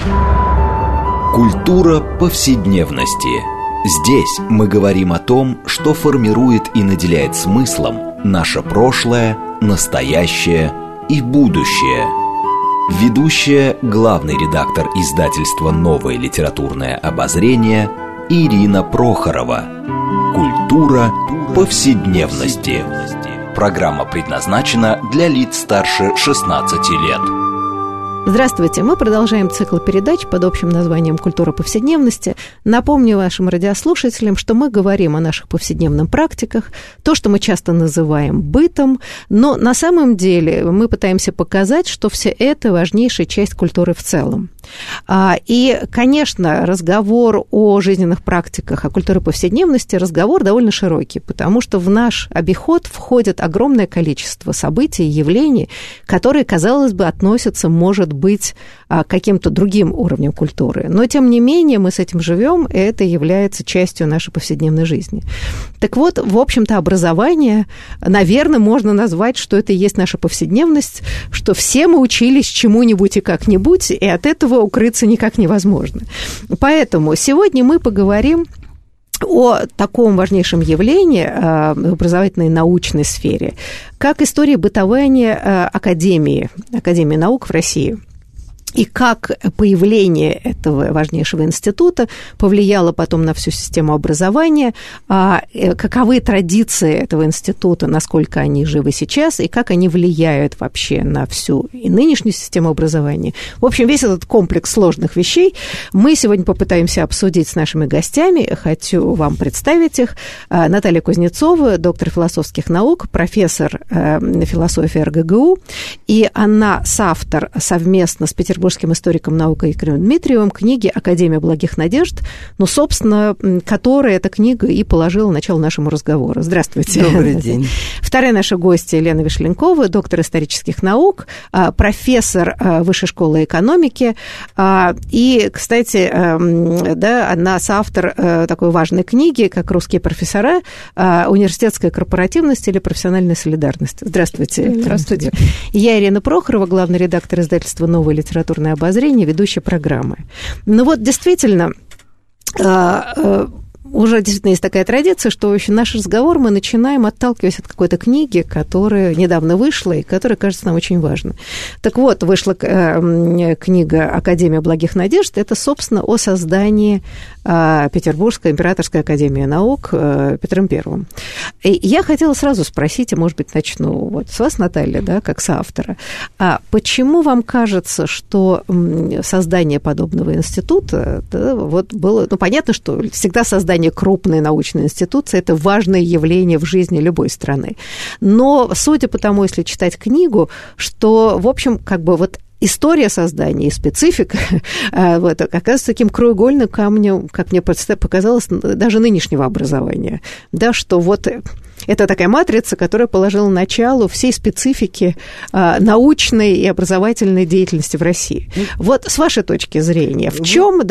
Культура повседневности. Здесь мы говорим о том, что формирует и наделяет смыслом наше прошлое, настоящее и будущее. Ведущая, главный редактор издательства «Новое литературное обозрение» Ирина Прохорова. Культура повседневности. Программа предназначена для лиц старше 16 лет. Здравствуйте, мы продолжаем цикл передач под общим названием «Культура повседневности». Напомню вашим радиослушателям, что мы говорим о наших повседневных практиках, то, что мы часто называем бытом, но на самом деле мы пытаемся показать, что все это важнейшая часть культуры в целом. И, конечно, разговор о жизненных практиках, о культуре повседневности, разговор довольно широкий, потому что в наш обиход входит огромное количество событий и явлений, которые, казалось бы, относятся, может быть, к каким-то другим уровням культуры. Но, тем не менее, мы с этим живем, и это является частью нашей повседневной жизни. Так вот, в общем-то, образование, наверное, можно назвать, что это и есть наша повседневность, что все мы учились чему-нибудь и как-нибудь, и от этого укрыться никак невозможно. Поэтому сегодня мы поговорим о таком важнейшем явлении в образовательной и научной сфере, как история бытования Академии наук в России. И как появление этого важнейшего института повлияло потом на всю систему образования, каковы традиции этого института, насколько они живы сейчас, и как они влияют вообще на всю и нынешнюю систему образования. В общем, весь этот комплекс сложных вещей мы сегодня попытаемся обсудить с нашими гостями. Хочу вам представить их. Наталья Кузнецова, доктор философских наук, профессор философии РГГУ, и она соавтор совместно с петербургским историком науки Игорем Дмитриевым книги «Академия благих надежд», собственно, которая эта книга и положила начало нашему разговору. Здравствуйте. Добрый день. Вторая наша гостья Елена Вишленкова, доктор исторических наук, профессор Высшей школы экономики. И, кстати, она соавтор такой важной книги, как «Русские профессора. Университетская корпоративность или профессиональная солидарность». Здравствуйте. Здравствуйте. Я Ирина Прохорова, главный редактор издательства «Новое литературное обозрение», ведущая программы. Ну вот, действительно, уже действительно есть такая традиция, что вообще наш разговор мы начинаем, отталкиваясь от какой-то книги, которая недавно вышла и которая кажется нам очень важной. Так вот, вышла книга «Академия благих надежд». Это, собственно, о создании Петербургской императорской академии наук Петром I. И я хотела сразу спросить, а может быть, начну вот с вас, Наталья, да, как соавтора. Почему вам кажется, что создание подобного института, да, вот было... Ну, понятно, что всегда создание крупной научной институции – это важное явление в жизни любой страны. Но, судя по тому, если читать книгу, что, в общем, как бы вот история создания и специфика вот, оказывается таким краеугольным камнем, как мне показалось, даже нынешнего образования. Да, что вот это такая матрица, которая положила начало всей специфике научной и образовательной деятельности в России. Вот с вашей точки зрения, в чем,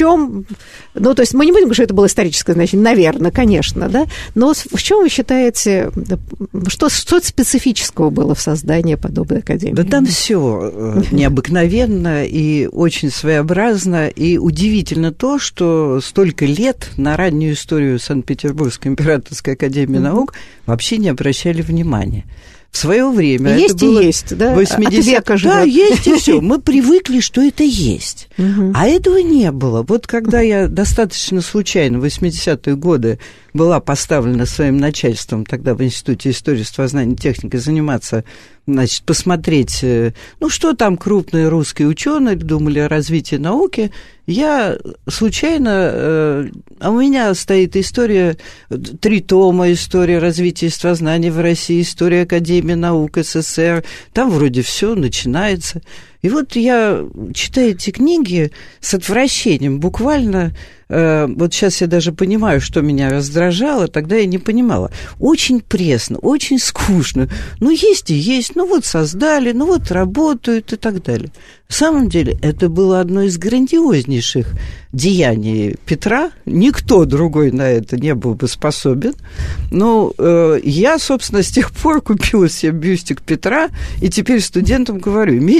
ну, то есть мы не будем говорить, что это было историческое значение, наверное, конечно, да, но в чем вы считаете, что специфического было в создании подобной академии? Да там все необыкновенно и очень своеобразно, и удивительно то, что столько лет на раннюю историю Санкт-Петербургской императорской академии наук вообще не обращали внимания. В свое время есть это было есть, да? 80... От века живет. Да, есть и все. Мы привыкли, что это есть. А этого не было. Вот когда я достаточно случайно в 80-е годы была поставлена своим начальством тогда в Институте истории, ствознания и техники заниматься, значит, посмотреть, ну, что там крупные русские ученые думали о развитии науки, я случайно... А у меня стоит история, 3 тома, история развития естествознания в России, история Академии наук СССР, там вроде все начинается. И вот я читаю эти книги с отвращением, буквально, вот сейчас я даже понимаю, что меня раздражало, тогда я не понимала. Очень пресно, очень скучно. Ну, есть и есть, ну, вот создали, ну, вот работают и так далее. На самом деле, это было одно из грандиознейших деяний Петра. Никто другой на это не был бы способен. Но я, собственно, с тех пор купила себе бюстик Петра, и теперь студентам говорю, имейте в виду,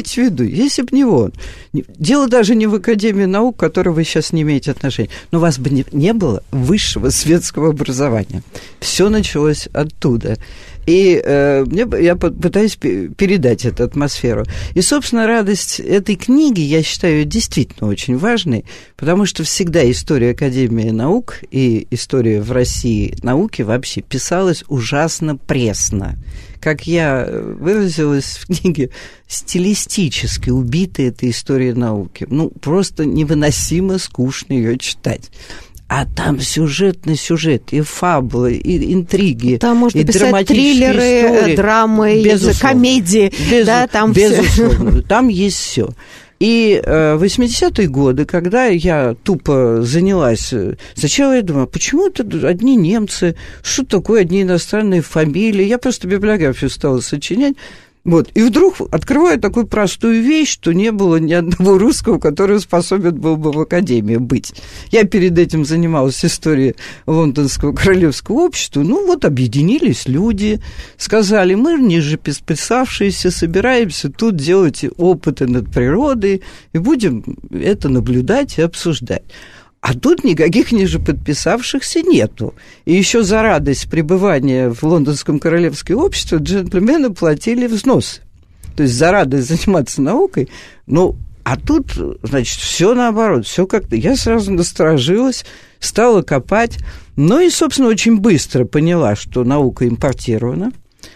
если бы не он. Дело даже не в Академии наук, к которой вы сейчас не имеете отношения, но у вас бы не было высшего светского образования. Все началось оттуда. И я пытаюсь передать эту атмосферу. И, собственно, радость этой книги, я считаю, действительно очень важной, потому что всегда история Академии наук и история в России науки вообще писалась ужасно пресно. Как я выразилась в книге, стилистически убита эта история науки. Ну, просто невыносимо скучно ее читать. А там сюжет на сюжет, и фабулы, и интриги, там можно и писать триллеры, истории. драмы, комедии. Безусловно, там есть все. И в 80-е годы, когда я тупо занялась, сначала я думала, почему это одни немцы, что такое одни иностранные фамилии, я просто библиографию стала сочинять. Вот. И вдруг открываю такую простую вещь, что не было ни одного русского, который способен был бы в Академии быть. Я перед этим занималась историей Лондонского королевского общества. Ну, вот объединились люди, сказали, мы ниже подписавшиеся собираемся тут делать опыты над природой и будем это наблюдать и обсуждать. А тут никаких ниже подписавшихся нету. И еще за радость пребывания в Лондонском королевском обществе джентльмены платили взносы. То есть за радость заниматься наукой. Ну, а тут, значит, все наоборот. Все как-то... Я сразу насторожилась, стала копать. Ну и, собственно, очень быстро поняла, что наука импортирована.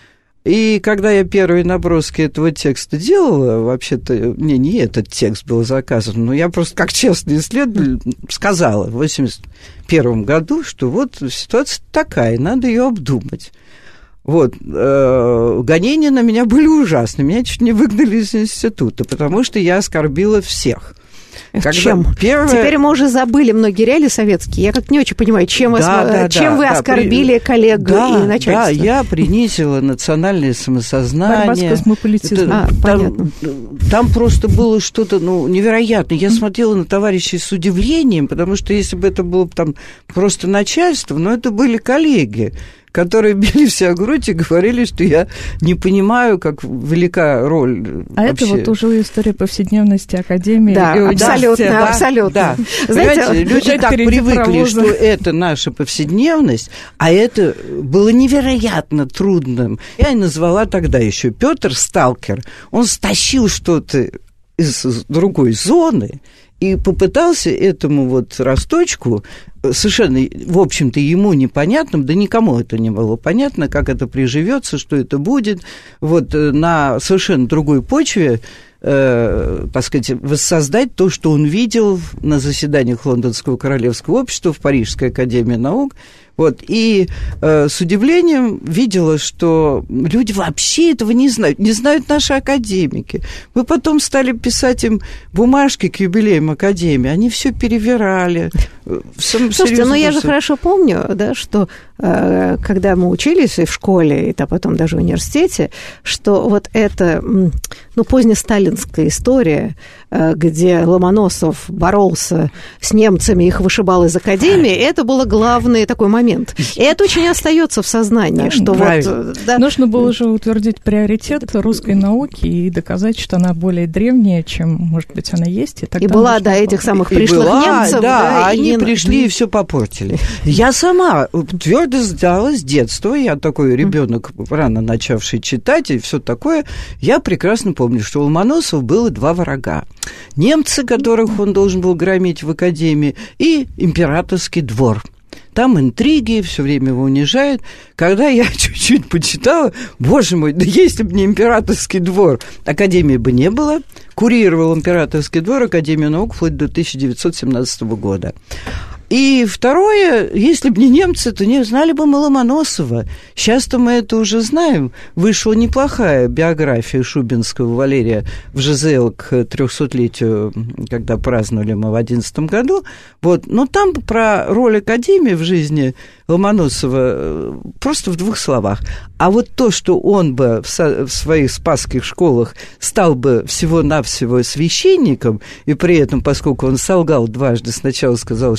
И когда я первые наброски этого текста делала, вообще-то мне не этот текст был заказан, но я просто как честный исследователь сказала в 1981 году, что вот ситуация такая, надо ее обдумать. Вот, гонения на меня были ужасны, меня чуть не выгнали из института, потому что я оскорбила всех. Чем? Теперь мы уже забыли многие реалии советские. Я как не очень понимаю, чем вы оскорбили коллег и начальство. Да, я принизила национальное самосознание. Борьба с космополитизмом. Там просто было что-то невероятное. Я смотрела на товарищей с удивлением, потому что если бы это было там просто начальство, но это были коллеги, которые били себя в грудь и говорили, что я не понимаю, как велика роль А вообще. это вот уже история повседневности Академии. Да, абсолютно. Да. Знаете, люди так привыкли, что это наша повседневность, а это было невероятно трудным. Я и назвала тогда еще Петр Сталкер. Он стащил что-то из другой зоны и попытался этому вот росточку, совершенно, в общем-то, ему непонятным, да никому это не было понятно, как это приживется, что это будет, вот на совершенно другой почве, так сказать, воссоздать то, что он видел на заседаниях Лондонского королевского общества в Парижской академии наук. Вот, и с удивлением видела, что люди вообще этого не знают наши академики. Мы потом стали писать им бумажки к юбилеям академии, они все перевирали. Слушайте, но я же хорошо помню, да, что когда мы учились и в школе, и потом даже в университете, что вот эта, позднесталинская история, где Ломоносов боролся с немцами, их вышибал из академии, это был главный такой момент. И это очень остается в сознании, что вот... Да. Нужно было же утвердить приоритет русской науки и доказать, что она более древняя, чем, может быть, она есть. И была, да, этих самых пришлых немцев. Да, они пришли и все попортили. Я сама твердо сдала с детства, я такой ребенок, рано начавший читать и все такое, я прекрасно помню, что у Ломоносова было два врага. Немцы, которых он должен был громить в академии, и императорский двор. Там интриги, все время его унижают. Когда я чуть-чуть почитала, боже мой, да если бы не императорский двор, академии бы не было. Курировал императорский двор, Академию наук вплоть до 1917 года. И второе, если бы не немцы, то не знали бы мы Ломоносова. Сейчас-то мы это уже знаем. Вышла неплохая биография Шубинского Валерия в ЖЗЛ к 300-летию, когда праздновали мы в 2011 году. Вот. Но там про роль Академии в жизни Ломоносова просто в двух словах. А вот то, что он бы в своих спасских школах стал бы всего-навсего священником, и при этом, поскольку он солгал дважды, сначала сказал, что он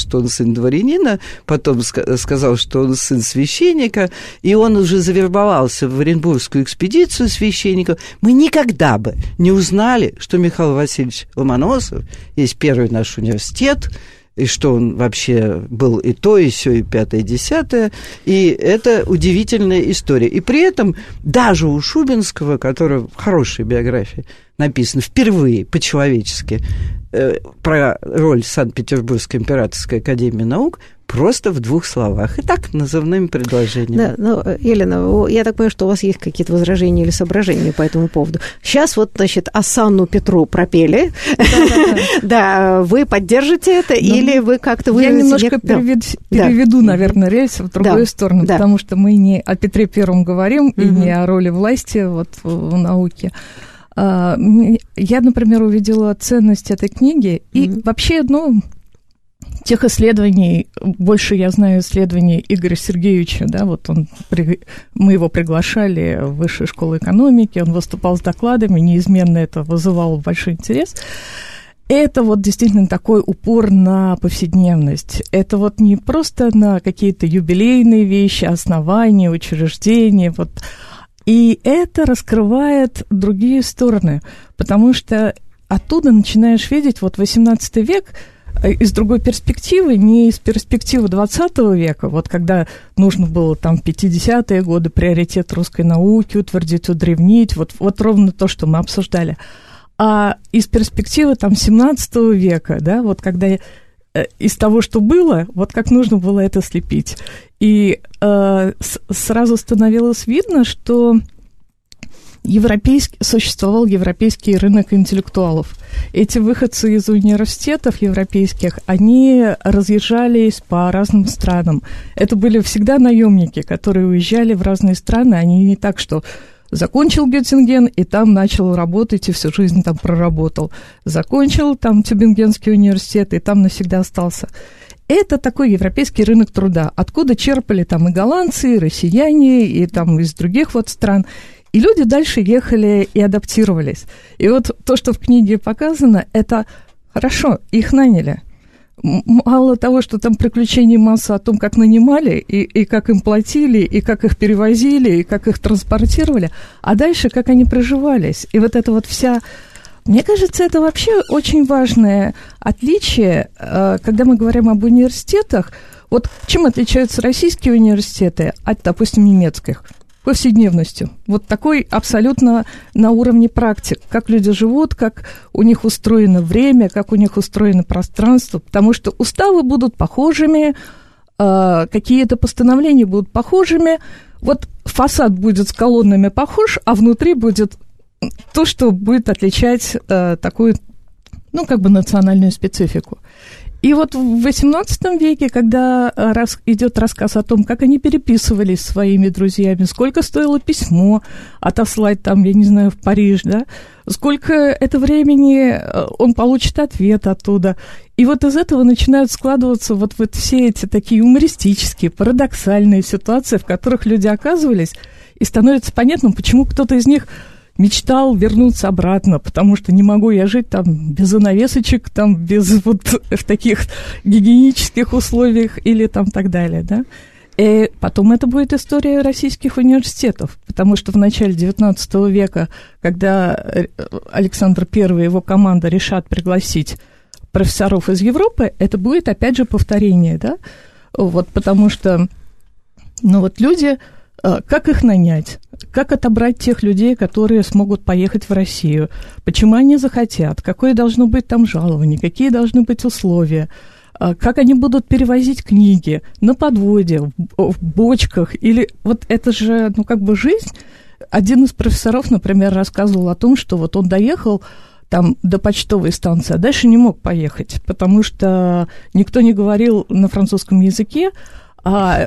сын дворянина, потом сказал, что он сын священника, и он уже завербовался в Оренбургскую экспедицию священников. Мы никогда бы не узнали, что Михаил Васильевич Ломоносов есть первый наш университет, и что он вообще был и то, и сё, и пятое, и десятое. И это удивительная история. И при этом даже у Шубинского, который в хорошей биографии написано впервые по-человечески про роль Санкт-Петербургской императорской академии наук, просто в 2 словах. И так, назывными предложениями. Да, ну, Елена, я так понимаю, что у вас есть какие-то возражения или соображения по этому поводу. Сейчас вот, значит, Асанну Петру пропели. Да, вы поддержите это или вы как-то... Я немножко переведу, наверное, рельс в другую сторону, потому что мы не о Петре Первом говорим и не о роли власти вот в науке. Я, например, увидела ценность этой книги и вообще, тех исследований, больше я знаю исследований Игоря Сергеевича, да, вот мы его приглашали в Высшую школу экономики, он выступал с докладами, неизменно это вызывало большой интерес. Это вот действительно такой упор на повседневность. Это вот не просто на какие-то юбилейные вещи, основания, учреждения, вот. И это раскрывает другие стороны, потому что оттуда начинаешь видеть вот 18 век из другой перспективы, не из перспективы 20 века, вот когда нужно было там в 50-е годы приоритет русской науки утвердить, удревнить, вот ровно то, что мы обсуждали, а из перспективы там 17 века, да, вот когда из того, что было, вот как нужно было это слепить. И сразу становилось видно, что существовал европейский рынок интеллектуалов. Эти выходцы из университетов европейских, они разъезжались по разным странам. Это были всегда наемники, которые уезжали в разные страны. Они не так, что закончил Геттинген и там начал работать и всю жизнь там проработал. Закончил там Тюбингенский университет и там навсегда остался. Это такой европейский рынок труда, откуда черпали там и голландцы, и россияне, и там из других вот стран. И люди дальше ехали и адаптировались. И вот то, что в книге показано, это хорошо, их наняли. Мало того, что там приключений масса о том, как нанимали, и как им платили, и как их перевозили, и как их транспортировали, а дальше как они проживались. И вот это вот вся... Мне кажется, это вообще очень важное отличие, когда мы говорим об университетах. Вот чем отличаются российские университеты от, допустим, немецких? Повседневностью. Вот такой абсолютно на уровне практик. Как люди живут, как у них устроено время, как у них устроено пространство. Потому что уставы будут похожими, какие-то постановления будут похожими. Вот фасад будет с колоннами похож, а внутри будет то, что будет отличать такую, национальную специфику. И вот в XVIII веке, когда идет рассказ о том, как они переписывались с своими друзьями, сколько стоило письмо отослать там, я не знаю, в Париж, да, сколько это времени он получит ответ оттуда. И вот из этого начинают складываться вот все эти такие юмористические, парадоксальные ситуации, в которых люди оказывались, и становится понятным, почему кто-то из них мечтал вернуться обратно, потому что не могу я жить там без занавесочек, там без вот в таких гигиенических условиях или там так далее, да. И потом это будет история российских университетов, потому что в начале XIX века, когда Александр I и его команда решат пригласить профессоров из Европы, это будет опять же повторение, да, вот потому что, люди... Как их нанять? Как отобрать тех людей, которые смогут поехать в Россию? Почему они захотят? Какое должно быть там жалование? Какие должны быть условия? Как они будут перевозить книги? На подводе, в бочках? Или вот это же, жизнь. Один из профессоров, например, рассказывал о том, что вот он доехал там до почтовой станции, а дальше не мог поехать, потому что никто не говорил на французском языке, а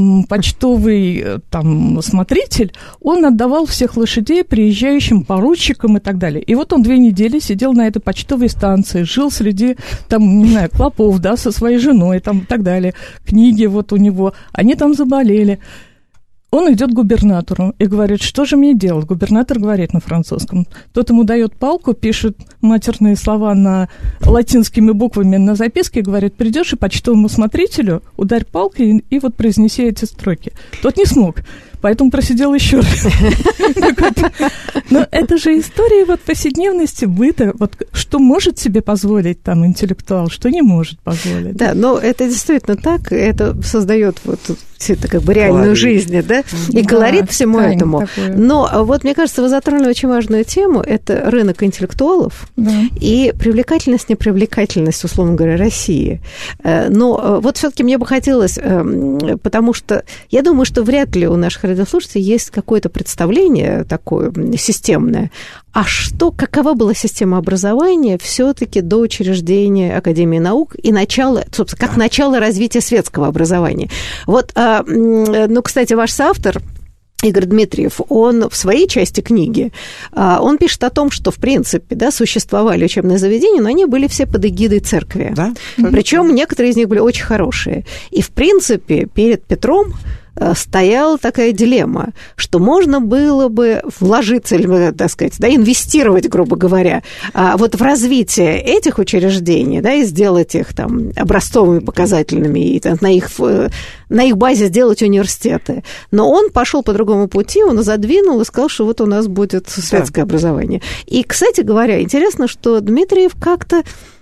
почтовый там смотритель, он отдавал всех лошадей приезжающим поручикам и так далее. И вот он 2 недели сидел на этой почтовой станции, жил среди, там, не знаю, клопов, да, со своей женой, там, и так далее. Книги вот у него, они там заболели. он идет к губернатору и говорит, что же мне делать? Губернатор говорит на французском. Тот ему дает палку, пишет матерные слова латинскими буквами на записке и говорит, придешь и почтовому смотрителю, ударь палкой и вот произнеси эти строки. Тот не смог, поэтому просидел еще раз. Но это же история вот повседневности, быта. Вот что может себе позволить там интеллектуал, что не может позволить. Да, но это действительно так, это создает вот это как бы реальную жизнь, да, и колорит всему этому. Такое. Но вот, мне кажется, вы затронули очень важную тему, это рынок интеллектуалов и привлекательность, непривлекательность, условно говоря, России. Но вот все-таки мне бы хотелось, потому что я думаю, что вряд ли у наших радиослушателей есть какое-то представление такое системное, какова была система образования все-таки до учреждения Академии наук и начала, собственно, как начало развития светского образования. Вот, кстати, ваш соавтор Игорь Дмитриев, он в своей части книги, он пишет о том, что, в принципе, да, существовали учебные заведения, но они были все под эгидой церкви. Да? Причем некоторые из них были очень хорошие. И, в принципе, перед Петром стояла такая дилемма, что можно было бы вложиться, или, так сказать, да, инвестировать, грубо говоря, вот в развитие этих учреждений, да, и сделать их там образцовыми, показательными, и там, на их базе сделать университеты. Но он пошел по другому пути, он задвинул и сказал, что вот у нас будет светское образование. И, кстати говоря, интересно, что Дмитриев как-то...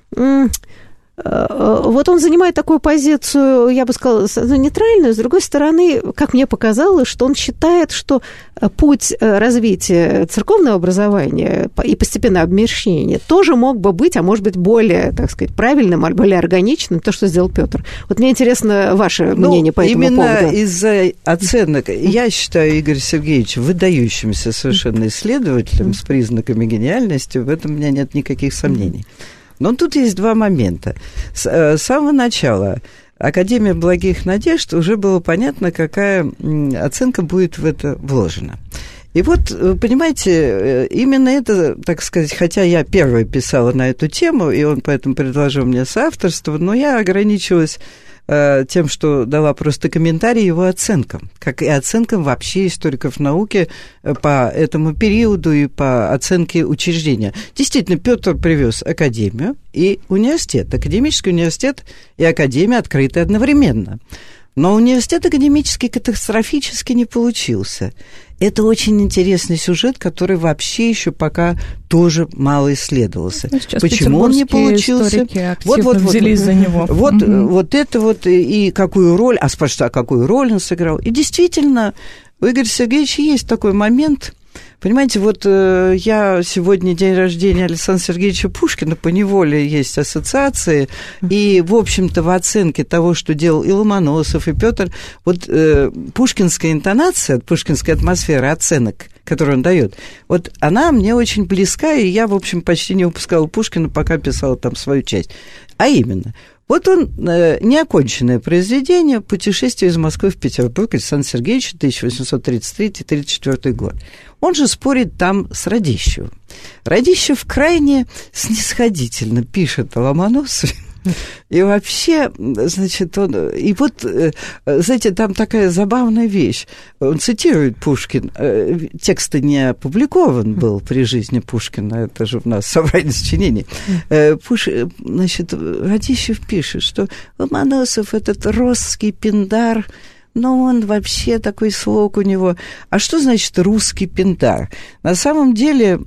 Вот он занимает такую позицию, я бы сказала, нейтральную, с другой стороны, как мне показалось, что он считает, что путь развития церковного образования и постепенного обмещения тоже мог бы быть, а может быть, более, так сказать, правильным, более органичным, то, что сделал Петр. Вот мне интересно ваше мнение по этому поводу. Именно из-за оценок, я считаю Игоря Сергеевича выдающимся совершенно исследователем с признаками гениальности, в этом у меня нет никаких сомнений. Но тут есть два момента. С самого начала Академия благих надежд уже было понятно, какая оценка будет в это вложена. И вот, понимаете, именно это, так сказать, хотя я первая писала на эту тему, и он поэтому предложил мне соавторство, но я ограничилась тем, что дала просто комментарий его оценкам, как и оценкам вообще историков науки по этому периоду и по оценке учреждения. Действительно, Петр привез академию и университет. Академический университет и академия открыты одновременно. Но университет академический катастрофически не получился. Это очень интересный сюжет, который вообще еще пока тоже мало исследовался. Почему он не получился? Взялись за него. Вот это вот и какую роль, спрашивают, какую роль он сыграл. И действительно, у Игоря Сергеевича есть такой момент. Понимаете, вот я сегодня день рождения Александра Сергеевича Пушкина, поневоле есть ассоциации, и, в общем-то, в оценке того, что делал и Ломоносов, и Петр, вот пушкинская интонация, пушкинская атмосфера оценок, которую он дает, вот она мне очень близка, и я, в общем, почти не упускала Пушкина, пока писала там свою часть. А именно, вот он, неоконченное произведение «Путешествие из Москвы в Петербург» Александра Сергеевича, 1833-34 год. Он же спорит там с Радищевым. Радищев крайне снисходительно пишет о Ломоносове. И вообще, значит, он... И вот, знаете, там такая забавная вещь. Он цитирует Пушкин. Текст не опубликован был при жизни Пушкина. Это же у нас собрание сочинений. Значит, Радищев пишет, что Ломоносов, этот росский пиндар, но он вообще такой слог у него. А что значит русский пиндар? На самом деле...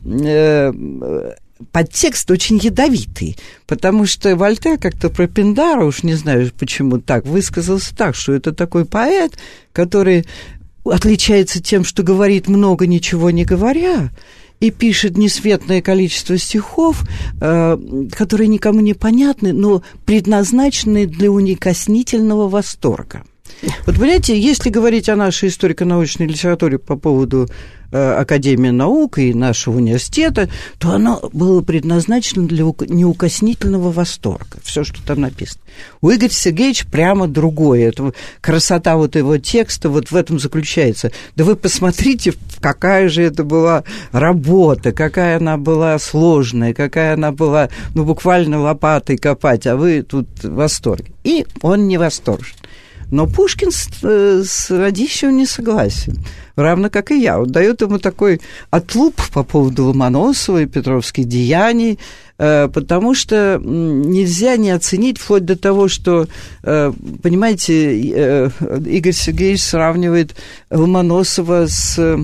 подтекст очень ядовитый, потому что Вольтер как-то про Пиндара, уж не знаю почему так, высказался так, что это такой поэт, который отличается тем, что говорит много, ничего не говоря, и пишет несметное количество стихов, которые никому не понятны, но предназначены для уникоснительного восторга. Вот, понимаете, если говорить о нашей историко-научной литературе по поводу Академии наук и нашего университета, то оно было предназначено для неукоснительного восторга, все, что там написано. У Игоря Сергеевича прямо другое. Это красота вот его текста вот в этом заключается. Да вы посмотрите, какая же это была работа, какая она была сложная, какая она была, буквально лопатой копать, а вы тут в восторге. И он не восторжен. Но Пушкин с Радищевым не согласен, равно как и я. Он дает ему такой отлуп по поводу Ломоносова и петровских деяний, потому что нельзя не оценить, вплоть до того, что, понимаете, Игорь Сергеевич сравнивает Ломоносова с,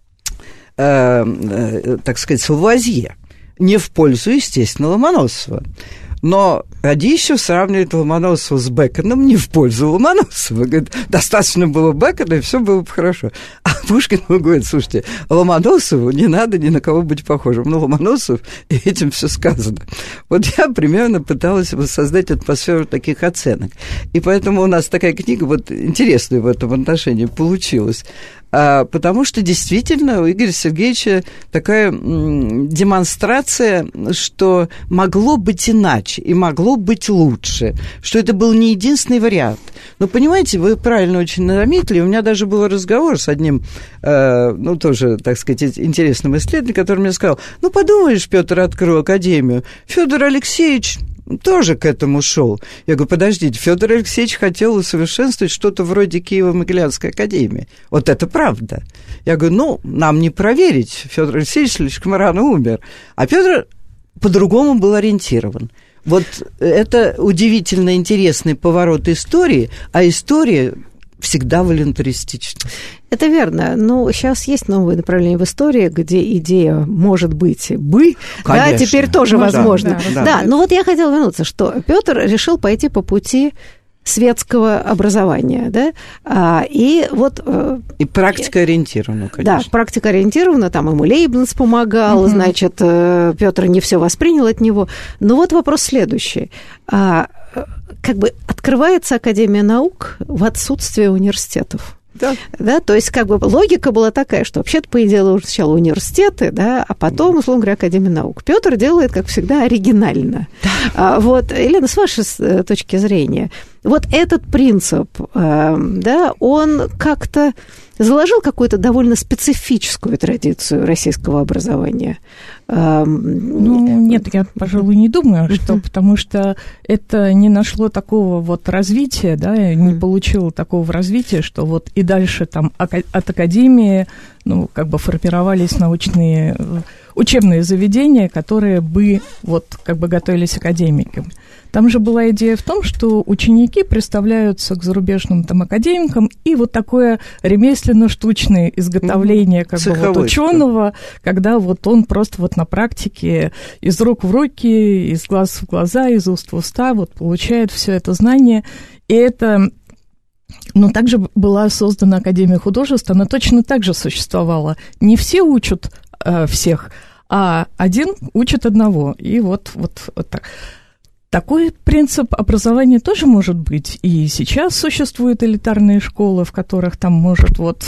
так сказать, с Лавуазье. Не в пользу, естественно, Ломоносова. Но Радищев сравнивает Ломоносова с Бэконом не в пользу Ломоносова. Говорит, достаточно было Бэкона, и все было бы хорошо. А Пушкин говорит, слушайте, Ломоносову не надо ни на кого быть похожим. Но Ломоносов, и этим все сказано. Вот я примерно пыталась воссоздать атмосферу таких оценок. И поэтому у нас такая книга вот интересная в этом отношении получилась. Потому что действительно у Игоря Сергеевича такая демонстрация, что могло быть иначе и могло быть лучше, что это был не единственный вариант. Но, понимаете, вы правильно очень заметили, у меня даже был разговор с одним, тоже, так сказать, интересным исследователем, который мне сказал, подумаешь, Петр открыл академию, Федор Алексеевич тоже к этому шел. Я говорю, подождите, Федор Алексеевич хотел усовершенствовать что-то вроде Киево-Могилянской академии. Вот это правда. Я говорю, нам не проверить. Федор Алексеевич слишком рано умер. А Петр по-другому был ориентирован. Вот это удивительно интересный поворот истории, а история всегда волюнтаристична. Это верно. Но сейчас есть новое направление в истории, где идея может быть да, теперь тоже возможно. Да, но вот я хотела вернуться, что Петр решил пойти по пути светского образования, да, и вот... И практикоориентированно, конечно. Да, практикоориентированно, там ему Лейбниц помогал, значит, Петр не все воспринял от него. Но вот вопрос следующий. Как бы открывается Академия наук в отсутствие университетов. Да, то есть, как бы логика была такая, что вообще-то, по идее, уже сначала университеты, да, а потом, условно говоря, Академия наук. Петр делает, как всегда, оригинально. Да. Вот, Елена, с вашей точки зрения, вот этот принцип, да, он как-то заложил какую-то довольно специфическую традицию российского образования? Нет, я, пожалуй, не думаю, что, потому что это не нашло такого вот развития, да, не получило такого развития, что вот и дальше там от академии, как бы формировались научные учебные заведения, которые бы вот как бы готовились академикам. Там же была идея в том, что ученики представляются к зарубежным там академикам, и вот такое ремесленно-штучное изготовление как бы вот ученого, когда вот он просто вот на практике из рук в руки, из глаз в глаза, из уст в уста вот получает все это знание, и это... также была создана Академия художеств, она точно так же существовала. Не все учат всех, а один учит одного. И вот так. Такой принцип образования тоже может быть. И сейчас существуют элитарные школы, в которых там может вот...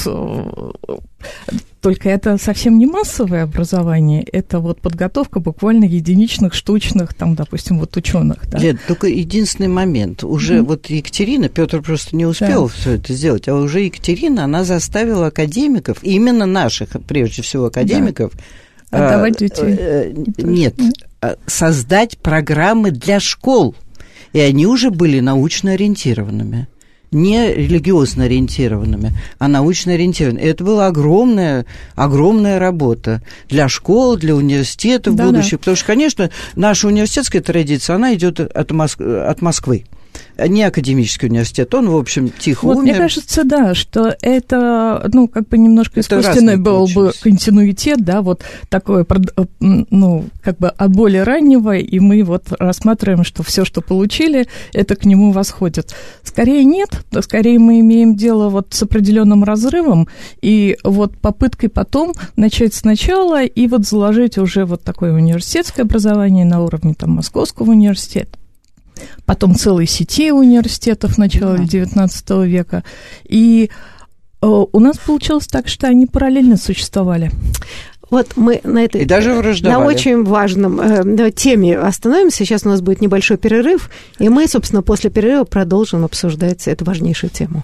Только это совсем не массовое образование, это вот подготовка буквально единичных, штучных, там, допустим, вот ученых. Да? Лен, только единственный момент. Уже вот Екатерина, Петр просто не успел все это сделать, а уже Екатерина, она заставила академиков, именно наших, прежде всего, академиков... Отдавать детей. Нет, создать программы для школ. И они уже были научно ориентированными. Не религиозно ориентированными, а научно ориентированными. Это была огромная работа для школ, для университетов будущих. Потому что, конечно, наша университетская традиция, она идет от Москвы. Не академический университет, он, в общем, тихо умер. Мне кажется, да, что это, как бы немножко искусственный был бы континуитет, да, вот такой, как бы от более раннего, и мы вот рассматриваем, что все, что получили, это к нему восходит. Скорее нет, скорее мы имеем дело вот с определенным разрывом, и вот попыткой потом начать сначала и вот заложить уже вот такое университетское образование на уровне там Московского университета. Потом целой сети университетов начала XIX века. И у нас получилось так, что они параллельно существовали. Вот мы на этой, и даже враждовали. На очень важном теме остановимся. Сейчас у нас будет небольшой перерыв, и мы, собственно, после перерыва продолжим обсуждать эту важнейшую тему.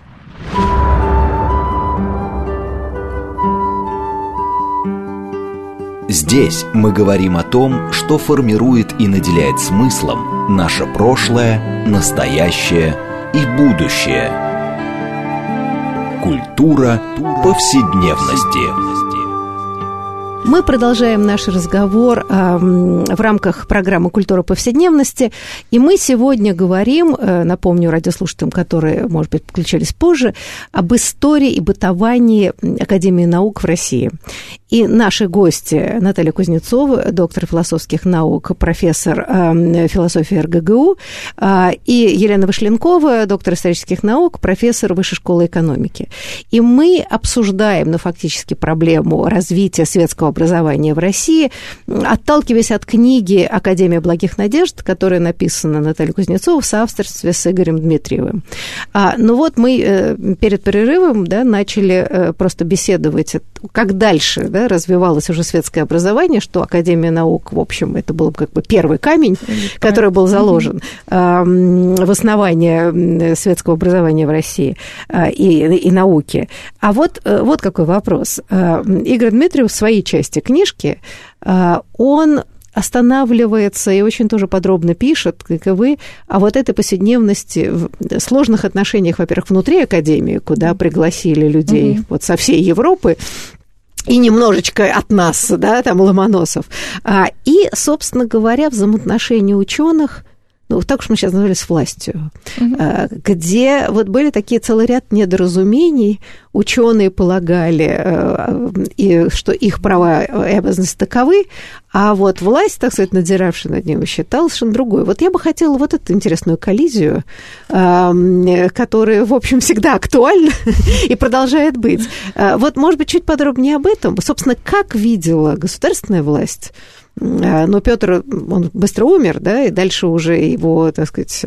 Здесь мы говорим о том, что формирует и наделяет смыслом наше прошлое, настоящее и будущее. Культура повседневности. Мы продолжаем наш разговор в рамках программы «Культура повседневности», и мы сегодня говорим, напомню радиослушателям, которые, может быть, подключились позже, об истории и бытовании Академии наук в России. И наши гости Наталья Кузнецова, доктор философских наук, профессор философии РГГУ, и Елена Вышленкова, доктор исторических наук, профессор Высшей школы экономики. И мы обсуждаем, фактически проблему развития светского образования в России, отталкиваясь от книги «Академия благих надежд», которая написана Натальей Кузнецовой в соавторстве с Игорем Дмитриевым. Мы перед перерывом начали просто беседовать, как дальше развивалось уже светское образование, что Академия наук, в общем, это был как бы первый камень, который был заложен в основание светского образования в России и науки. А вот какой вопрос. Игорь Дмитриев в своей части книжки, он останавливается и очень тоже подробно пишет, как и вы, о вот этой повседневности, в сложных отношениях, во-первых, внутри Академии, куда пригласили людей со всей Европы, и немножечко от нас, там Ломоносов. И, собственно говоря, взаимоотношения ученых, так уж мы сейчас назвали, с властью, где были такие целый ряд недоразумений. Ученые полагали, что их права и обязанности таковы, а власть, так сказать, надзиравшая над ними, считала совершенно другой. Я бы хотела эту интересную коллизию, которая, в общем, всегда актуальна и продолжает быть. Может быть, чуть подробнее об этом. Собственно, как видела государственная власть? Но Петр, он быстро умер, и дальше уже его, так сказать,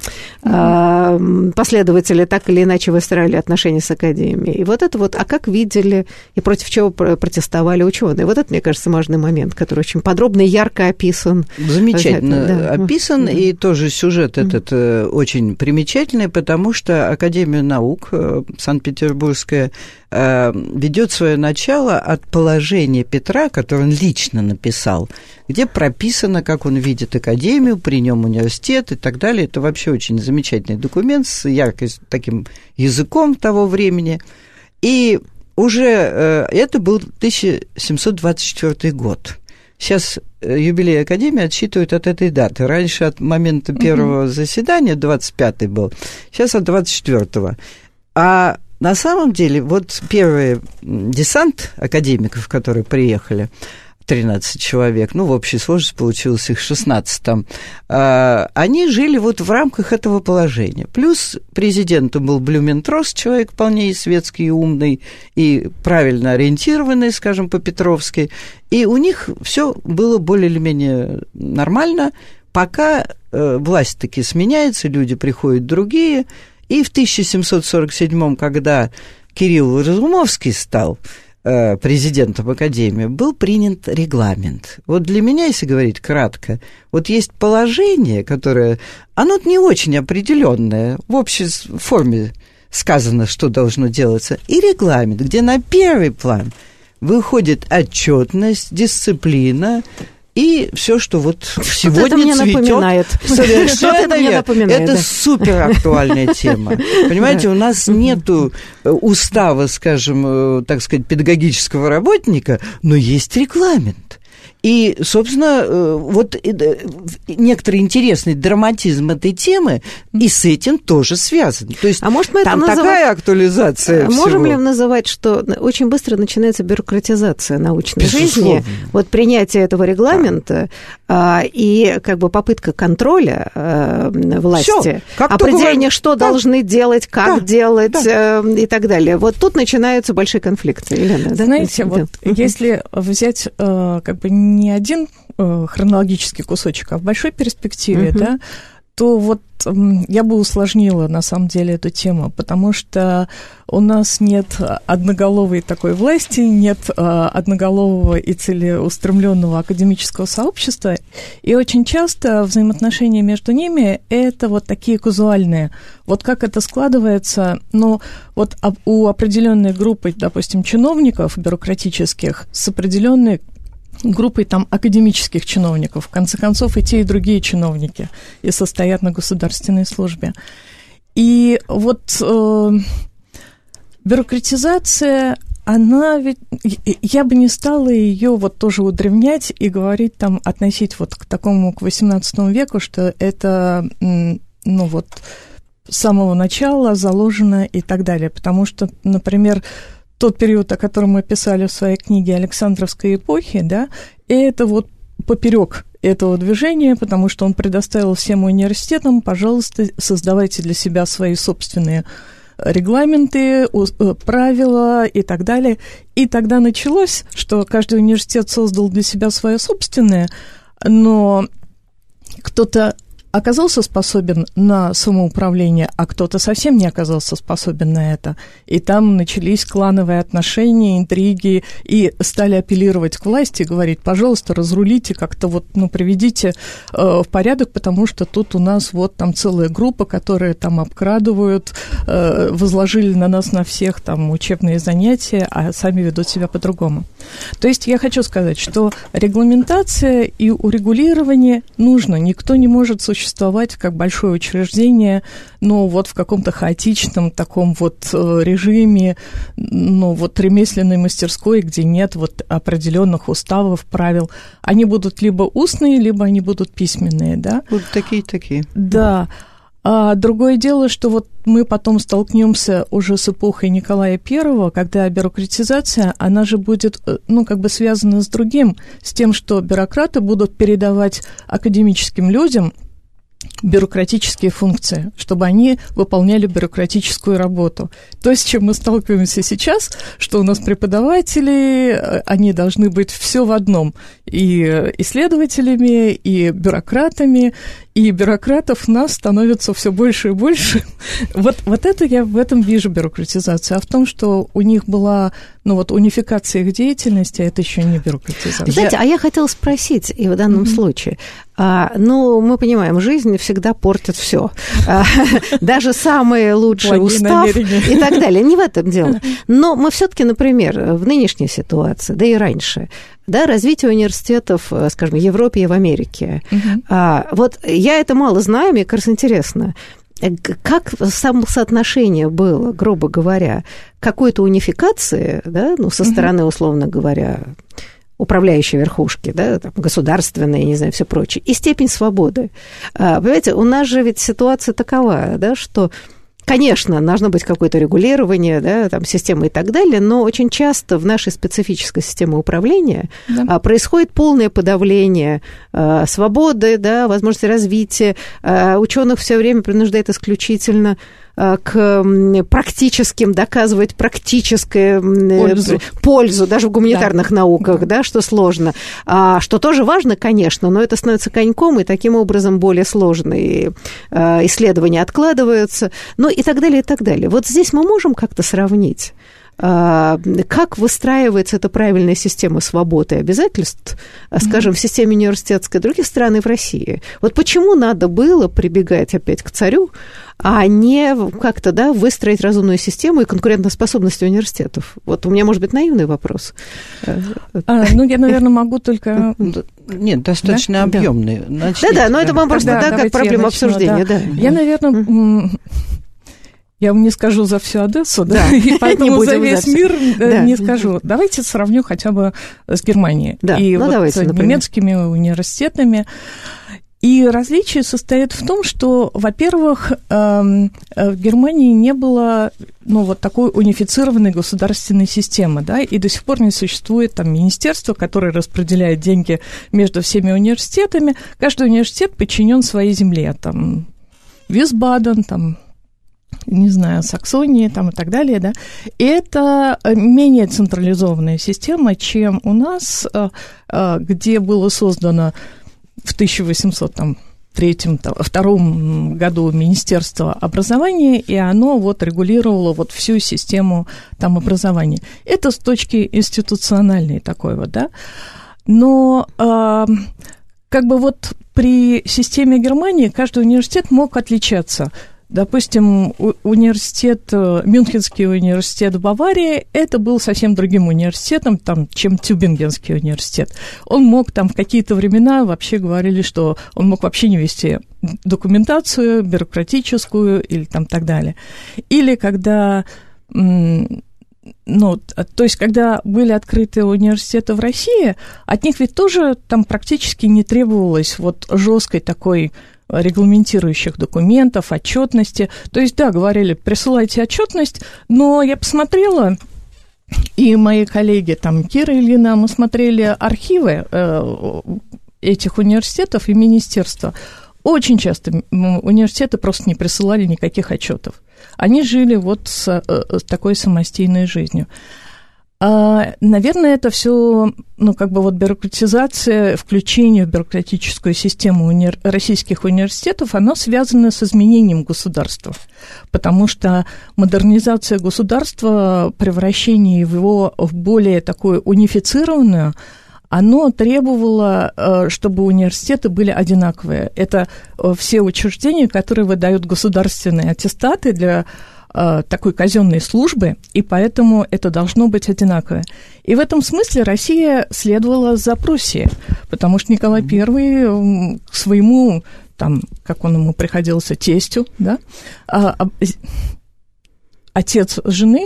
последователи так или иначе выстраивали отношения с Академией. И а как видели и против чего протестовали ученые? Это, мне кажется, важный момент, который очень подробно и ярко описан. Замечательно описан, и тоже сюжет этот очень примечательный, потому что Академия наук Санкт-Петербургская ведет свое начало от положения Петра, которое он лично написал, где прописано, как он видит Академию, при нем университет и так далее. Это вообще очень замечательный документ с ярким таким языком того времени. И уже это был 1724 год. Сейчас юбилей Академии отсчитывают от этой даты. Раньше от момента первого заседания, 25-й был, сейчас от 24-го. А на самом деле, первый десант академиков, которые приехали, 13 человек, в общей сложности получилось их 16 там, они жили в рамках этого положения. Плюс президентом был Блюментрос, человек вполне светский и умный, и правильно ориентированный, скажем, по-петровски, и у них все было более или менее нормально, пока власть таки сменяется, люди приходят другие. И в 1747-м, когда Кирилл Разумовский стал президентом Академии, был принят регламент. Для меня, если говорить кратко, есть положение, которое, оно не очень определенное, в общей форме сказано, что должно делаться, и регламент, где на первый план выходит отчетность, дисциплина, и все, что сегодня цветет, совершенно верно. Это супер актуальная тема. Понимаете, у нас нету устава, скажем, так сказать, педагогического работника, но есть регламент. И, собственно, некоторый интересный драматизм этой темы и с этим тоже связан. То есть там такая актуализация всего. Можем ли называть, что очень быстро начинается бюрократизация научной жизни? Принятие этого регламента и попытка контроля власти, определение, что должны делать, как делать и так далее. Тут начинаются большие конфликты. Елена, знаете, если взять не один хронологический кусочек, а в большой перспективе, то я бы усложнила, на самом деле, эту тему, потому что у нас нет одноголовой такой власти, нет одноголового и целеустремленного академического сообщества, и очень часто взаимоотношения между ними – это такие казуальные. Как это складывается, у определенной группы, допустим, чиновников бюрократических с определенной группой академических чиновников. В конце концов, и те, и другие чиновники и состоят на государственной службе. И вот бюрократизация, она ведь... Я бы не стала ее вот тоже удревнять и говорить там, относить вот к такому, к XVIII веку, что это, ну вот, с самого начала заложено и так далее. Потому что, например, тот период, о котором мы писали в своей книге «Александровской эпохи», да, это вот поперек этого движения, потому что он предоставил всем университетам, пожалуйста, создавайте для себя свои собственные регламенты, правила и так далее. И тогда началось, что каждый университет создал для себя свое собственное, но кто-то оказался способен на самоуправление, а кто-то совсем не оказался способен на это. И там начались клановые отношения, интриги, и стали апеллировать к власти, говорить, пожалуйста, разрулите как-то вот, ну, приведите в порядок, потому что тут у нас вот там целая группа, которые там обкрадывают, возложили на нас на всех там учебные занятия, а сами ведут себя по-другому. То есть я хочу сказать, что регламентация и урегулирование нужно. Никто не может существовать как большое учреждение, но вот в каком-то хаотичном таком вот режиме, ну вот ремесленной мастерской, где нет вот определенных уставов, правил. Они будут либо устные, либо они будут письменные, да? Будут такие. Да. А другое дело, что вот мы потом столкнемся уже с эпохой Николая I, когда бюрократизация, она же будет, ну, как бы связана с другим, с тем, что бюрократы будут передавать академическим людям бюрократические функции, чтобы они выполняли бюрократическую работу. То, с чем мы сталкиваемся сейчас, что у нас преподаватели, они должны быть все в одном, и исследователями, и бюрократами, и бюрократов нас становится все больше и больше. Вот это я в этом вижу бюрократизацию. А в том, что у них была, ну вот, унификация их деятельности, это еще не бюрократизация. Знаете, а я хотела спросить, и в данном случае, ну, мы понимаем, жизнь всегда портит все. Даже самый лучший устав и так далее. Не в этом дело. Но мы все-таки, например, в нынешней ситуации, да и раньше, да, развитие университетов, скажем, в Европе и в Америке. Вот я это мало знаю, мне кажется, интересно. Как само соотношение было, грубо говоря, какой-то унификации, да, ну, со стороны, условно говоря, управляющей верхушки, да, там, государственной, не знаю, все прочее, и степень свободы. Понимаете, у нас же ведь ситуация такова, да, что, конечно, должно быть какое-то регулирование, да, там, системы и так далее, но очень часто в нашей специфической системе управления происходит полное подавление свободы, да, возможности развития. Ученых все время принуждает исключительно к практическим, доказывать практическую пользу даже в гуманитарных науках, да, что сложно. Что тоже важно, конечно, но это становится коньком, и таким образом более сложные исследования откладываются, ну и так далее, и так далее. Вот здесь мы можем как-то сравнить, как выстраивается эта правильная система свободы и обязательств, скажем, в системе университетской других стран и в России? Вот почему надо было прибегать опять к царю, а не как-то, да, выстроить разумную систему и конкурентоспособность университетов? Вот у меня, может быть, наивный вопрос. Ну, я, наверное, могу только... Нет, достаточно объемный. Да, но это вам просто, да, как проблема обсуждения. Да. Я, наверное... Я вам не скажу за всю Одессу, да, и поэтому за весь мир не скажу. Давайте сравню хотя бы с Германией и вот с немецкими университетами. И различие состоит в том, что, во-первых, в Германии не было, ну, вот такой унифицированной государственной системы, да, и до сих пор не существует там министерство, которое распределяет деньги между всеми университетами. Каждый университет подчинен своей земле, там, Висбаден, там, не знаю, Саксонии там, и так далее, да, и это менее централизованная система, чем у нас, где было создано в 1803-1802 году Министерство образования, и оно вот регулировало вот всю систему там образования. Это с точки институциональной такой вот, да, но как бы вот при системе Германии каждый университет мог отличаться. Допустим, Мюнхенский университет в Баварии, это был совсем другим университетом, чем Тюбингенский университет. Он мог в какие-то времена, вообще говорили, что он мог вообще не вести документацию бюрократическую или так далее. Или когда... то есть, когда были открыты университеты в России, от них ведь тоже там практически не требовалось жесткой такой регламентирующих документов, отчетности. То есть, да, говорили, присылайте отчетность, но я посмотрела, и мои коллеги, Кира и Лина, мы смотрели архивы этих университетов и министерства. Очень часто университеты просто не присылали никаких отчетов. Они жили с такой самостийной жизнью. Наверное, это все, бюрократизация, включение в бюрократическую систему российских университетов, оно связано с изменением государства, потому что модернизация государства, превращение его в более такую унифицированную, оно требовало, чтобы университеты были одинаковые. Это все учреждения, которые выдают государственные аттестаты для такой казенной службы, и поэтому это должно быть одинаковое. И в этом смысле Россия следовала за Пруссией, потому что Николай I к своему, как он ему приходился, тестю, да, отец жены,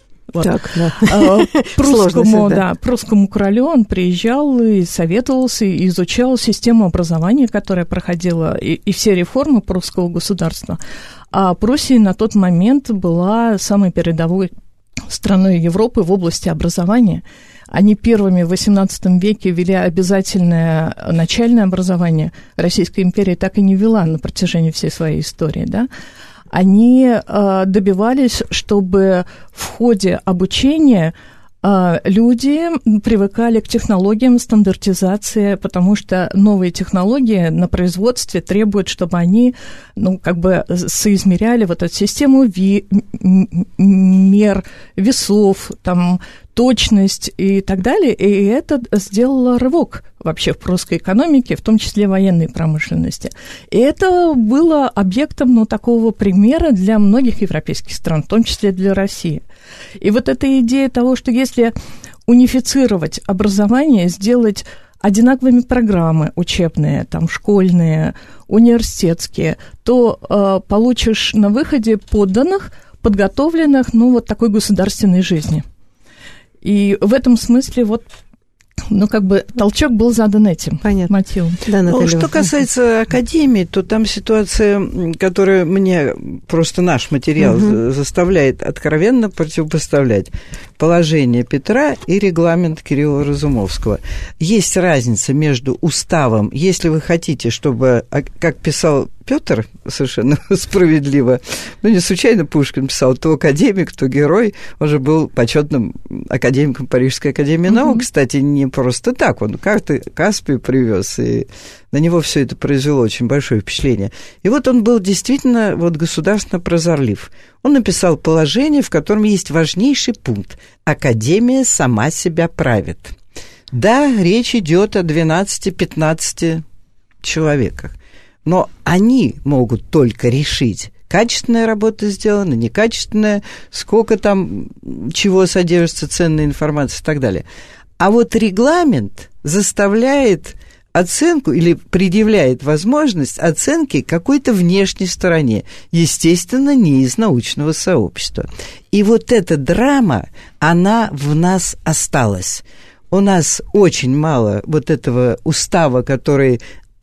прусскому королю он приезжал и советовался, и изучал систему образования, которая проходила, и все реформы прусского государства. А Пруссия на тот момент была самой передовой страной Европы в области образования. Они первыми в XVIII веке ввели обязательное начальное образование. Российская империя так и не ввела на протяжении всей своей истории, да. Они добивались, чтобы в ходе обучения люди привыкали к технологиям стандартизации, потому что новые технологии на производстве требуют, чтобы они, соизмеряли эту систему мер, весов, точность и так далее. И это сделало рывок вообще в прусской экономике, в том числе военной промышленности. И это было объектом, такого примера для многих европейских стран, в том числе для России. И эта идея того, что если унифицировать образование, сделать одинаковыми программы учебные, школьные, университетские, то получишь на выходе подданных, подготовленных, такой государственной жизни. И в этом смысле толчок был задан этим мотивом. Да, что касается академии, то там ситуация, которая мне просто наш материал заставляет откровенно противопоставлять положение Петра и регламент Кирилла Разумовского. Есть разница между уставом, если вы хотите, чтобы, как писал Петр совершенно справедливо, не случайно Пушкин писал, то академик, то герой, он же был почетным академиком Парижской академии наук, кстати, не просто так, он карты Каспию привез, и на него все это произвело очень большое впечатление. И он был действительно государственно прозорлив. Он написал положение, в котором есть важнейший пункт: академия сама себя правит. Да, речь идет о 12-15 человеках, но они могут только решить, качественная работа сделана, некачественная, сколько чего содержится, ценной информации и так далее. А регламент заставляет оценку или предъявляет возможность оценки какой-то внешней стороне, естественно, не из научного сообщества. И эта драма, она в нас осталась. У нас очень мало этого устава, который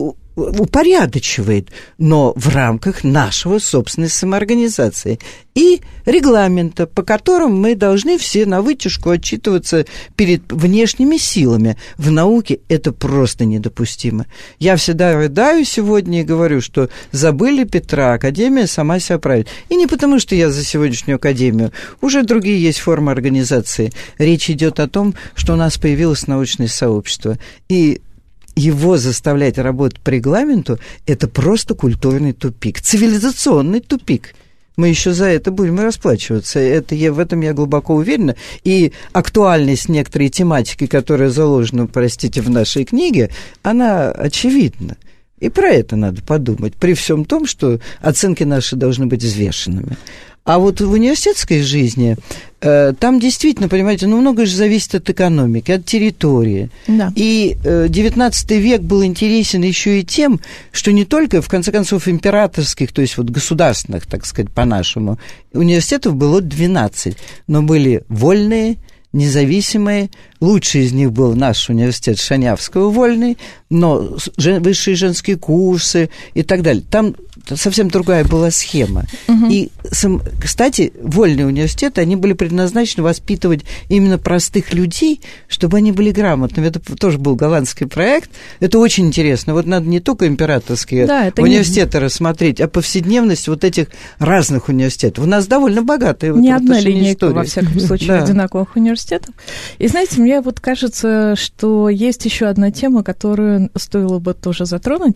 упорядочивает, но в рамках нашего собственной самоорганизации, и регламента, по которым мы должны все на вытяжку отчитываться перед внешними силами. В науке это просто недопустимо. Я всегда рыдаю сегодня и говорю, что забыли Петра, академия сама себя правит. И не потому, что я за сегодняшнюю академию. Уже другие есть формы организации. Речь идет о том, что у нас появилось научное сообщество. И его заставлять работать по регламенту – это просто культурный тупик, цивилизационный тупик. Мы еще за это будем расплачиваться. В этом я глубоко уверена. И актуальность некоторой тематики, которая заложена, в нашей книге, она очевидна. И про это надо подумать, при всем том, что оценки наши должны быть взвешенными. А вот в университетской жизни там действительно, понимаете, многое же зависит от экономики, от территории. Да. И XIX век был интересен еще и тем, что не только, в конце концов, императорских, то есть вот государственных, так сказать, по-нашему, университетов было 12, но были вольные, независимые. Лучший из них был наш университет Шанявского вольный, но высшие женские курсы и так далее. Там совсем другая была схема. И, кстати, вольные университеты, они были предназначены воспитывать именно простых людей, чтобы они были грамотными. Это тоже был голландский проект. Это очень интересно. Вот надо не только императорские университеты рассмотреть, а повседневность вот этих разных университетов. У нас довольно богатая не одна линейка, во всяком случае, одинаковых университетов. И знаете, мне вот кажется, что есть еще одна тема, которую стоило бы тоже затронуть.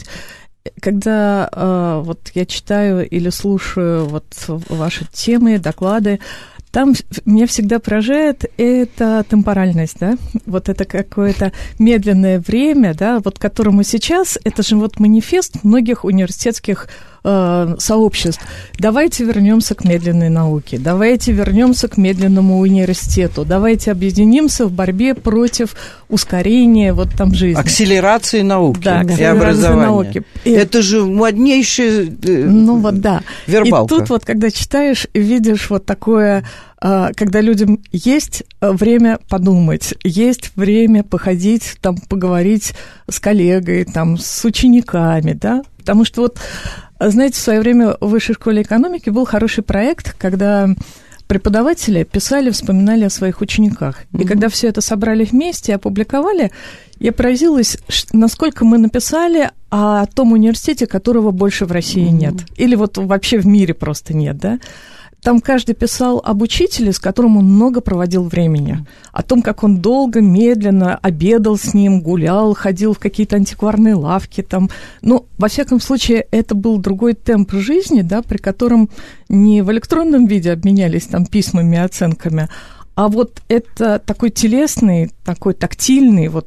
Когда вот я читаю или слушаю вот ваши темы, доклады, там меня всегда поражает эта темпоральность, да, вот это какое-то медленное время, да, вот которому сейчас, это же вот манифест многих университетских сообществ. Давайте вернемся к медленной науке, давайте вернемся к медленному университету, давайте объединимся в борьбе против ускорения вот там жизни. Акселерации науки, да, и образования. Науки. Это же моднейшая вербалка. И тут вот, когда читаешь, видишь вот такое, когда людям есть время подумать, есть время походить, там, поговорить с коллегой, там, с учениками, да, потому что вот, знаете, в свое время в Высшей школе экономики был хороший проект, когда преподаватели писали, вспоминали о своих учениках. И когда все это собрали вместе и опубликовали, я поразилась, насколько мы написали о том университете, которого больше в России нет. Или вот вообще в мире просто нет, да. Там каждый писал об учителе, с которым он много проводил времени, о том, как он долго, медленно обедал с ним, гулял, ходил в какие-то антикварные лавки там. Ну, во всяком случае, это был другой темп жизни, да, при котором не в электронном виде обменялись там письмами и оценками, а вот это такой телесный, такой тактильный, вот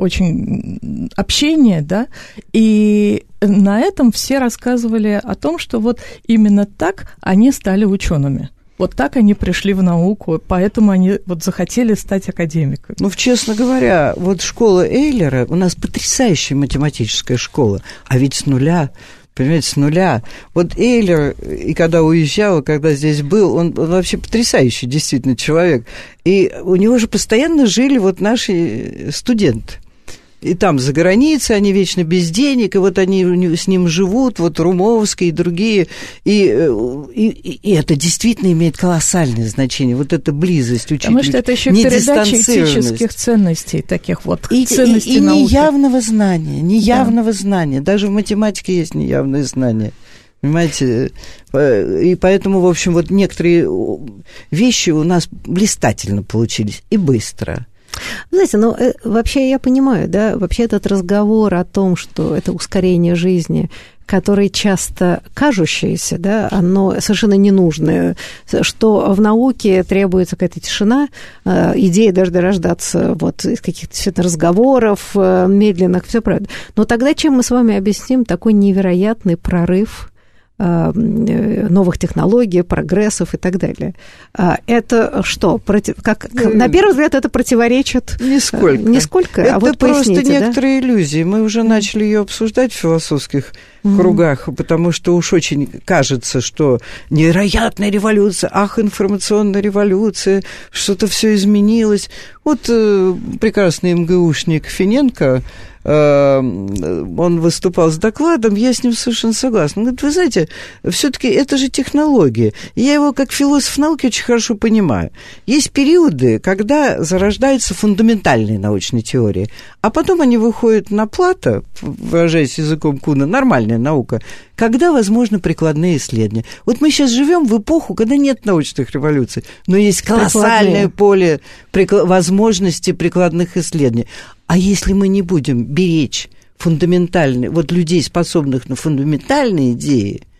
очень общение, да, и на этом все рассказывали о том, что вот именно так они стали учеными. Вот так они пришли в науку, поэтому они вот захотели стать академиками. Ну, честно говоря, вот школа Эйлера, у нас потрясающая математическая школа, а ведь с нуля. Понимаете, с нуля. Вот Эйлер, и когда уезжал, когда здесь был, он вообще потрясающий действительно человек. И у него же постоянно жили вот наши студенты. И там за границей, они вечно без денег, и вот они с ним живут, вот Румовский и другие. И это действительно имеет колоссальное значение, вот эта близость учителя. Потому что это еще передача этических ценностей, таких вот ценностей науки. И неявного знания, даже в математике есть неявное знание. Понимаете, и поэтому, в общем, вот некоторые вещи у нас блистательно получились и быстро. Знаете, ну, вообще я понимаю, да, вообще этот разговор о том, что это ускорение жизни, которое часто кажущееся, да, оно совершенно ненужное, что в науке требуется какая-то тишина, идеи должны рождаться вот из каких-то действительно разговоров медленных, все правда. Но тогда чем мы с вами объясним такой невероятный прорыв новых технологий, прогрессов и так далее. Это что? На первый взгляд, это противоречит? Нисколько. Это вот просто некоторые иллюзии. Мы уже начали ее обсуждать в философских кругах, потому что уж очень кажется, что невероятная революция, информационная революция, что-то все изменилось. Вот прекрасный МГУшник Финенко, он выступал с докладом, я с ним совершенно согласна. Он говорит, вы знаете, все-таки это же технология. Я его как философ науки очень хорошо понимаю. Есть периоды, когда зарождаются фундаментальные научные теории, а потом они выходят на плато, выражаясь языком Куна, нормальная наука, когда возможны прикладные исследования. Вот мы сейчас живем в эпоху, когда нет научных революций, но есть колоссальное поле возможностей прикладных исследований. А если мы не будем беречь фундаментальные, вот людей, способных на фундаментальные идеи,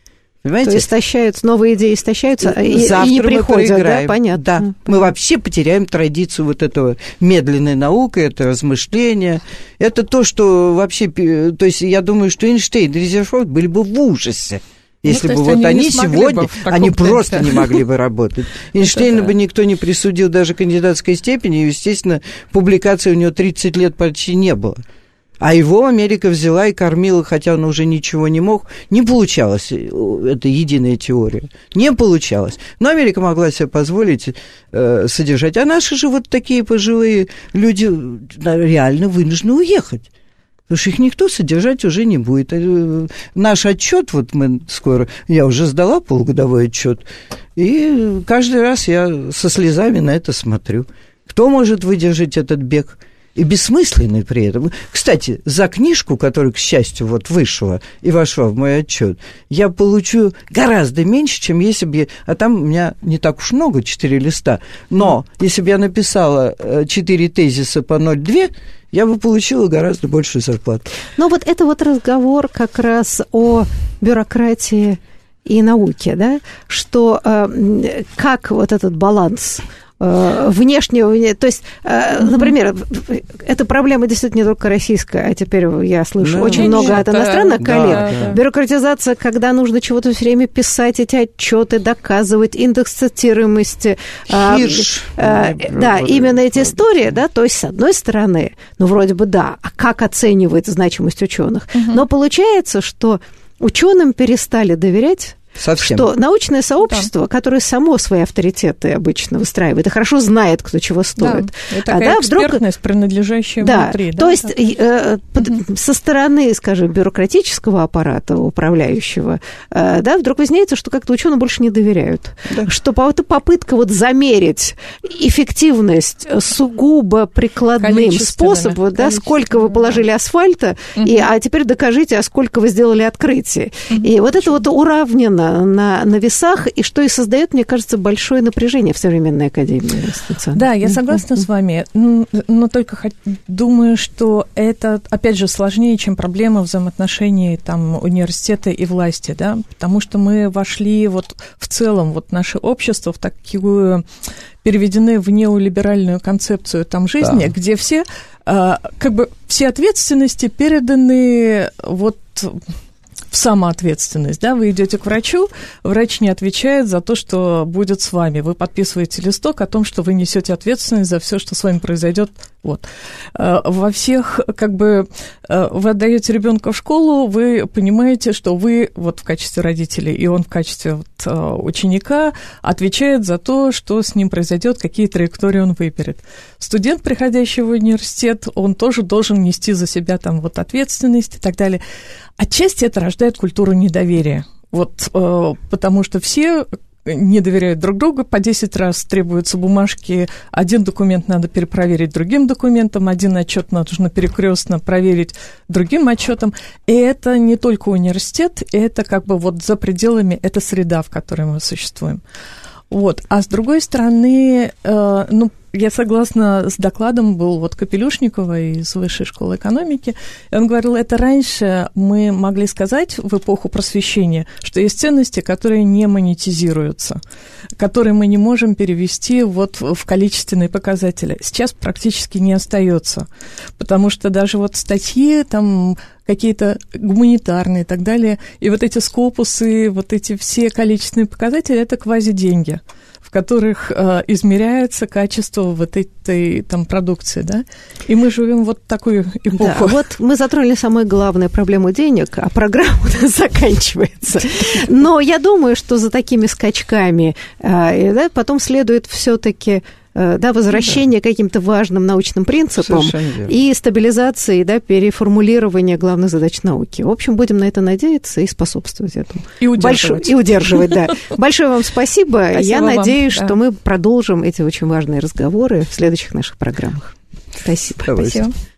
Понимаете? То есть новые идеи истощаются, и не приходят, да? Понятно. Да. Мы вообще потеряем традицию вот этого медленной науки, это размышления. Это то, что вообще... То есть я думаю, что Эйнштейн и Резерфорд были бы в ужасе, если бы вот они сегодня, они просто не могли бы работать. Эйнштейну бы никто не присудил даже кандидатской степени, и, естественно, публикации у него 30 лет почти не было. А его Америка взяла и кормила, хотя он уже ничего не мог. Не получалось, это единая теория. Не получалось. Но Америка могла себе позволить содержать. А наши же вот такие пожилые люди реально вынуждены уехать. Потому что их никто содержать уже не будет. Наш отчет, вот мы скоро, я уже сдала полугодовой отчет, и каждый раз я со слезами на это смотрю. Кто может выдержать этот бег? И бессмысленный при этом. Кстати, за книжку, которая, к счастью, вот вышла и вошла в мой отчет, я получу гораздо меньше, чем если бы... А там у меня не так уж много, 4 листа. Но если бы я написала 4 тезиса по 0,2, я бы получила гораздо большую зарплату. Но вот это вот разговор как раз о бюрократии и науке, да? Что как вот этот баланс внешнего, то есть, например, эта проблема действительно не только российская, а теперь я слышу очень много от иностранных коллег. Бюрократизация, когда нужно чего-то все время писать, эти отчеты, доказывать, индекс цитируемости. Да, именно эти истории, да, то есть, с одной стороны, ну, вроде бы да, а как оценивает значимость ученых? Но получается, что ученым перестали доверять. Совсем. Что научное сообщество, которое само свои авторитеты обычно выстраивает и хорошо знает, кто чего стоит. Да, это такая экспертность, принадлежащая внутри. То есть со стороны, скажем, бюрократического аппарата управляющего, да, вдруг выясняется, что как-то ученым больше не доверяют. Да. Что это попытка вот замерить эффективность сугубо прикладным способом, да, сколько вы положили асфальта, а теперь докажите, а сколько вы сделали открытий. И вот это вот уравнено на весах, и что и создает, мне кажется, большое напряжение в современной академии. Да, я согласна с вами, но только думаю, что это, опять же, сложнее, чем проблема взаимоотношений там, университета и власти, да, потому что мы вошли вот в целом, вот наше общество в такую, переведены в неолиберальную концепцию там жизни, где все, как бы, все ответственности переданы вот в самоответственность, да, вы идете к врачу, врач не отвечает за то, что будет с вами, вы подписываете листок о том, что вы несете ответственность за все, что с вами произойдет. Вот. Во всех, как бы, вы отдаете ребенка в школу, вы понимаете, что вы вот в качестве родителей, и он в качестве вот, ученика отвечает за то, что с ним произойдет, какие траектории он выберет. Студент, приходящий в университет, он тоже должен нести за себя там вот ответственность и так далее. Отчасти это рождает культуру недоверия, вот, потому что все не доверяют друг другу, по 10 раз требуются бумажки, один документ надо перепроверить другим документом, один отчет нужно перекрестно проверить другим отчетом. И это не только университет, это как бы вот за пределами, это среда, в которой мы существуем. Вот. А с другой стороны, ну, я согласна с докладом, был вот Капелюшникова из Высшей школы экономики, и он говорил, это раньше мы могли сказать в эпоху просвещения, что есть ценности, которые не монетизируются, которые мы не можем перевести вот в количественные показатели. Сейчас практически не остается, потому что даже вот статьи там какие-то гуманитарные и так далее, и вот эти скопусы, вот эти все количественные показатели – это квазиденьги, в которых измеряется качество вот этой там продукции, да? И мы живем вот такую эпоху. Да, вот мы затронули самую главную проблему денег, а программа у нас заканчивается. Но я думаю, что за такими скачками да, потом следует все-таки возвращение к каким-то важным научным принципам и стабилизации, да, переформулирования главных задач науки. В общем, будем на это надеяться и способствовать этому. И удерживать. И удерживать, да. Большое вам спасибо. Я надеюсь, что мы продолжим эти очень важные разговоры в следующих наших программах. Спасибо. Спасибо.